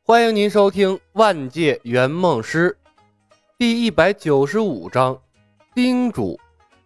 欢迎您收听《万界圆梦师》第195章叮嘱。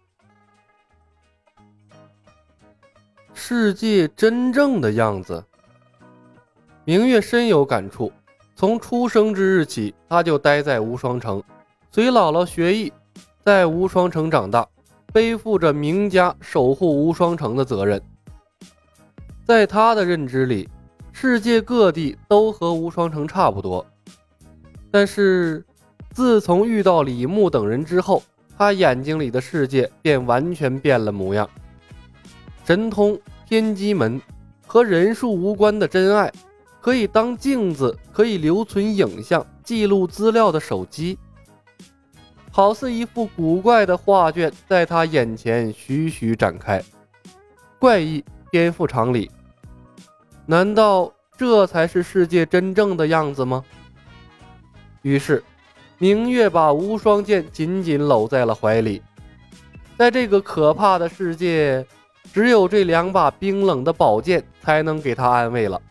世界真正的样子，明月深有感触。从出生之日起，他就待在无双城，随姥姥学艺，在无双城长大，背负着明家守护无双城的责任。在他的认知里，世界各地都和无双城差不多，但是自从遇到李牧等人之后，他眼睛里的世界便完全变了模样。神通、天机门和人数无关的真爱，可以当镜子，可以留存影像、记录资料的手机，好似一幅古怪的画卷在他眼前徐徐展开，怪异颠覆常理。难道这才是世界真正的样子吗？于是明月把无双剑紧紧搂在了怀里。在这个可怕的世界，只有这两把冰冷的宝剑才能给他安慰了。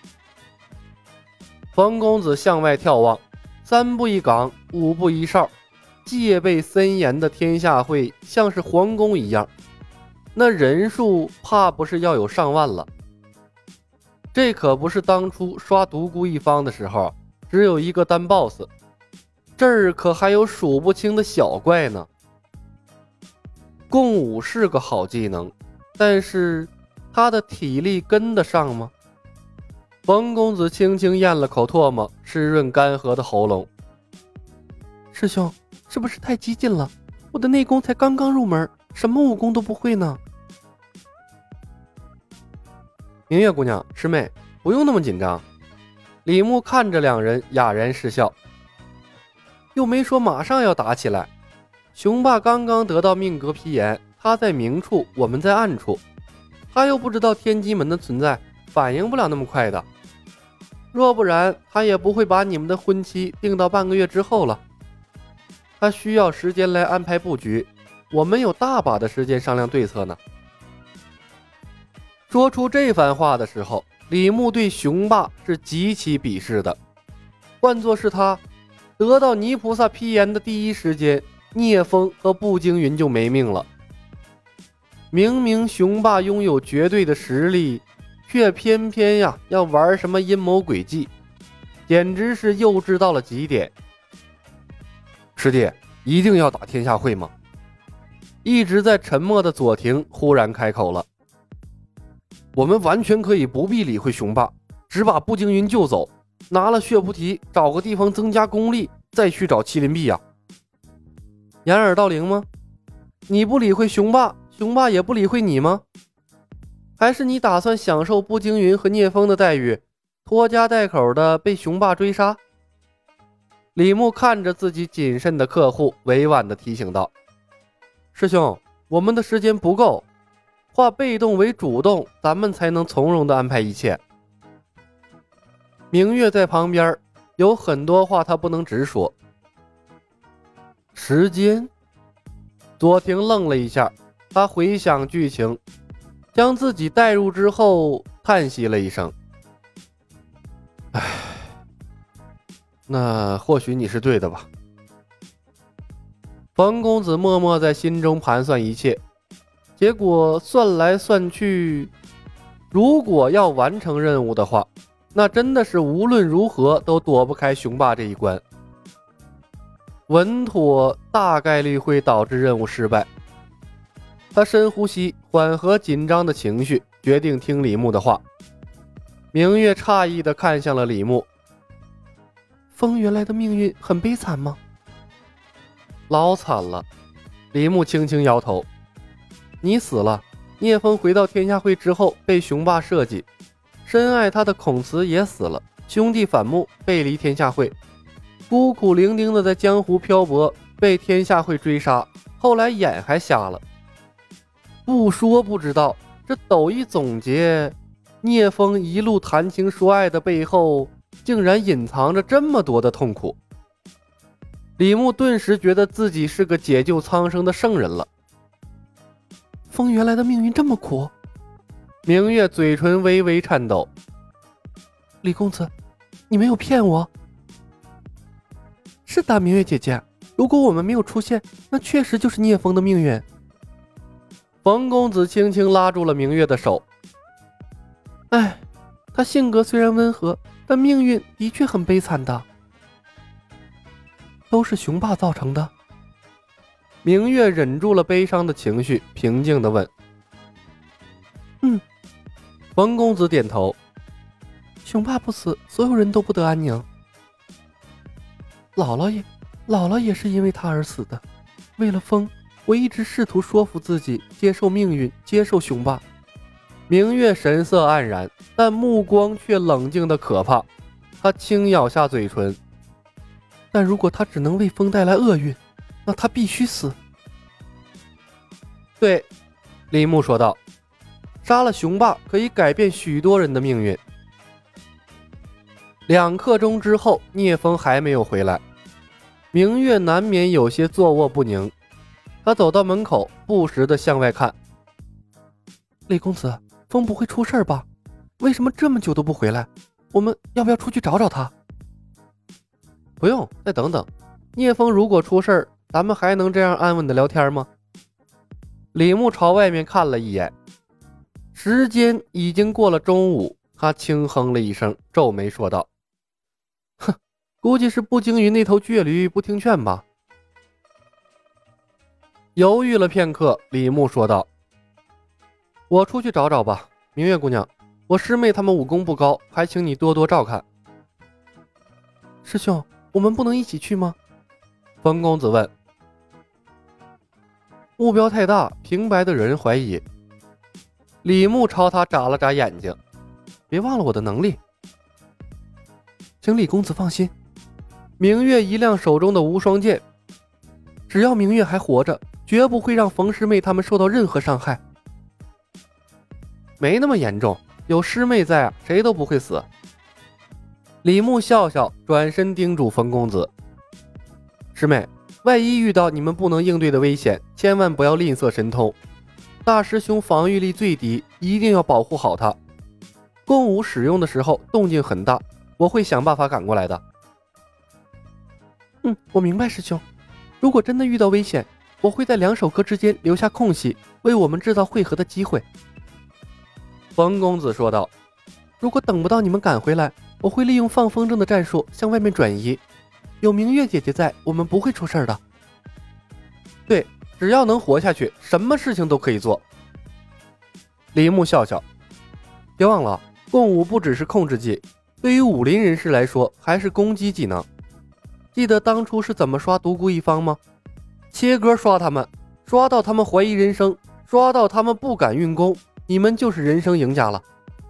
冯公子向外眺望，3步一岗，5步一哨，戒备森严的天下会像是皇宫一样，那人数怕不是要有上万了。这可不是当初刷独孤一方的时候只有一个单 boss， 这儿可还有数不清的小怪呢。共舞是个好技能，但是他的体力跟得上吗？冯公子轻轻咽了口唾沫，湿润干涸的喉咙。师兄，是不是太激进了？我的内功才刚刚入门，什么武功都不会呢。明月姑娘，师妹，不用那么紧张。李牧看着两人，哑然失笑。又没说马上要打起来。雄霸刚刚得到命格批言，他在明处，我们在暗处。他又不知道天机门的存在，反应不了那么快的。若不然，他也不会把你们的婚期定到半个月之后了。他需要时间来安排布局，我们有大把的时间商量对策呢。说出这番话的时候，李牧对雄霸是极其鄙视的。换作是他，得到泥菩萨批言的第一时间，聂风和步惊云就没命了。明明雄霸拥有绝对的实力，却偏偏要玩什么阴谋诡计，简直是幼稚到了极点。师弟，一定要打天下会吗？一直在沉默的左庭忽然开口了。我们完全可以不必理会雄霸，只把步惊云救走，拿了血菩提，找个地方增加功力，再去找麒麟臂呀。掩耳盗铃吗？你不理会雄霸，雄霸也不理会你吗？还是你打算享受步惊云和聂风的待遇，拖家带口的被雄霸追杀？李牧看着自己谨慎的客户，委婉的提醒道：师兄，我们的时间不够，化被动为主动，咱们才能从容的安排一切。明月在旁边，有很多话他不能直说。时间？左庭愣了一下，他回想剧情，将自己带入之后，叹息了一声。唉，那或许你是对的吧。冯公子默默在心中盘算一切，结果算来算去，如果要完成任务的话，那真的是无论如何都躲不开雄霸这一关。稳妥大概率会导致任务失败。他深呼吸，缓和紧张的情绪，决定听李牧的话。明月诧异地看向了李牧。风原来的命运很悲惨吗？老惨了。李牧轻轻摇头。你死了，聂风回到天下会之后被雄霸设计，深爱他的孔慈也死了，兄弟反目，背离天下会，孤苦伶仃的在江湖漂泊，被天下会追杀，后来眼还瞎了。不说不知道，这抖一总结，聂风一路谈情说爱的背后，竟然隐藏着这么多的痛苦。李牧顿时觉得自己是个解救苍生的圣人了。风原来的命运这么苦？明月嘴唇微微颤抖。李公子， 你没有骗我？是的，明月姐姐，如果我们没有出现，那确实就是聂风的命运。冯公子轻轻拉住了明月的手。哎，他性格虽然温和，但命运的确很悲惨的。都是雄霸造成的。明月忍住了悲伤的情绪，平静地问。冯公子点头。雄霸不死，所有人都不得安宁。姥姥也是因为他而死的。为了风，我一直试图说服自己接受命运，接受雄霸。明月神色黯然，但目光却冷静的可怕。他轻咬下嘴唇。但如果他只能为风带来厄运，那他必须死。对，李牧说道，杀了雄霸可以改变许多人的命运。2刻钟之后，聂风还没有回来，明月难免有些坐卧不宁。他走到门口，不时地向外看。李公子，风不会出事吧？为什么这么久都不回来？我们要不要出去找找他？不用，再等等。聂风如果出事，咱们还能这样安稳的聊天吗？李牧朝外面看了一眼，时间已经过了中午。他轻哼了一声，皱眉说道：哼，估计是步惊云那头倔驴不听劝吧。犹豫了片刻，李牧说道：我出去找找吧，明月姑娘，我师妹她们武功不高，还请你多多照看。师兄，我们不能一起去吗？冯公子问。目标太大，平白的惹人怀疑。李牧朝他眨了眨眼睛，别忘了我的能力。请李公子放心。明月一亮手中的无双剑，只要明月还活着，绝不会让冯师妹他们受到任何伤害。没那么严重，有师妹在啊，谁都不会死。李牧笑笑，转身叮嘱冯公子：师妹，万一遇到你们不能应对的危险，千万不要吝啬神通。大师兄防御力最低，一定要保护好他。共舞使用的时候动静很大，我会想办法赶过来的。我明白师兄。如果真的遇到危险，我会在2首歌之间留下空隙，为我们制造汇合的机会。冯公子说道。如果等不到你们赶回来，我会利用放风筝的战术向外面转移。有明月姐姐在，我们不会出事的。对，只要能活下去，什么事情都可以做。李牧笑笑，别忘了，共舞不只是控制技，对于武林人士来说还是攻击技能。记得当初是怎么刷独孤一方吗？切割刷他们，刷到他们怀疑人生，刷到他们不敢运功，你们就是人生赢家了。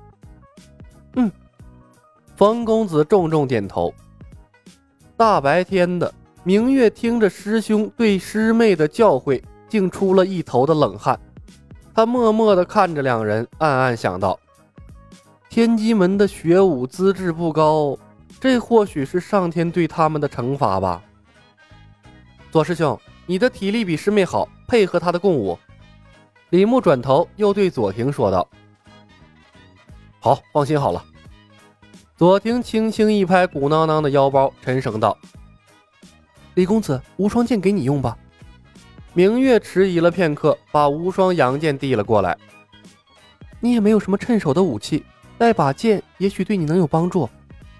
冯公子重重点头。大白天的，明月听着师兄对师妹的教诲，竟出了一头的冷汗。他默默地看着2人，暗暗想到：天机门的学武资质不高，这或许是上天对他们的惩罚吧。左师兄，你的体力比师妹好，配合他的共舞。李牧转头又对左庭说道：好，放心好了。左庭轻轻一拍鼓囊囊的腰包，沉声道：李公子，无双剑给你用吧。明月迟疑了片刻，把无双阳剑递了过来。你也没有什么趁手的武器，带把剑也许对你能有帮助。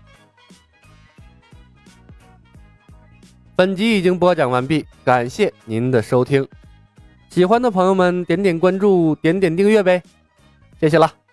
本集已经播讲完毕，感谢您的收听。喜欢的朋友们点点关注，点点订阅呗，谢谢了。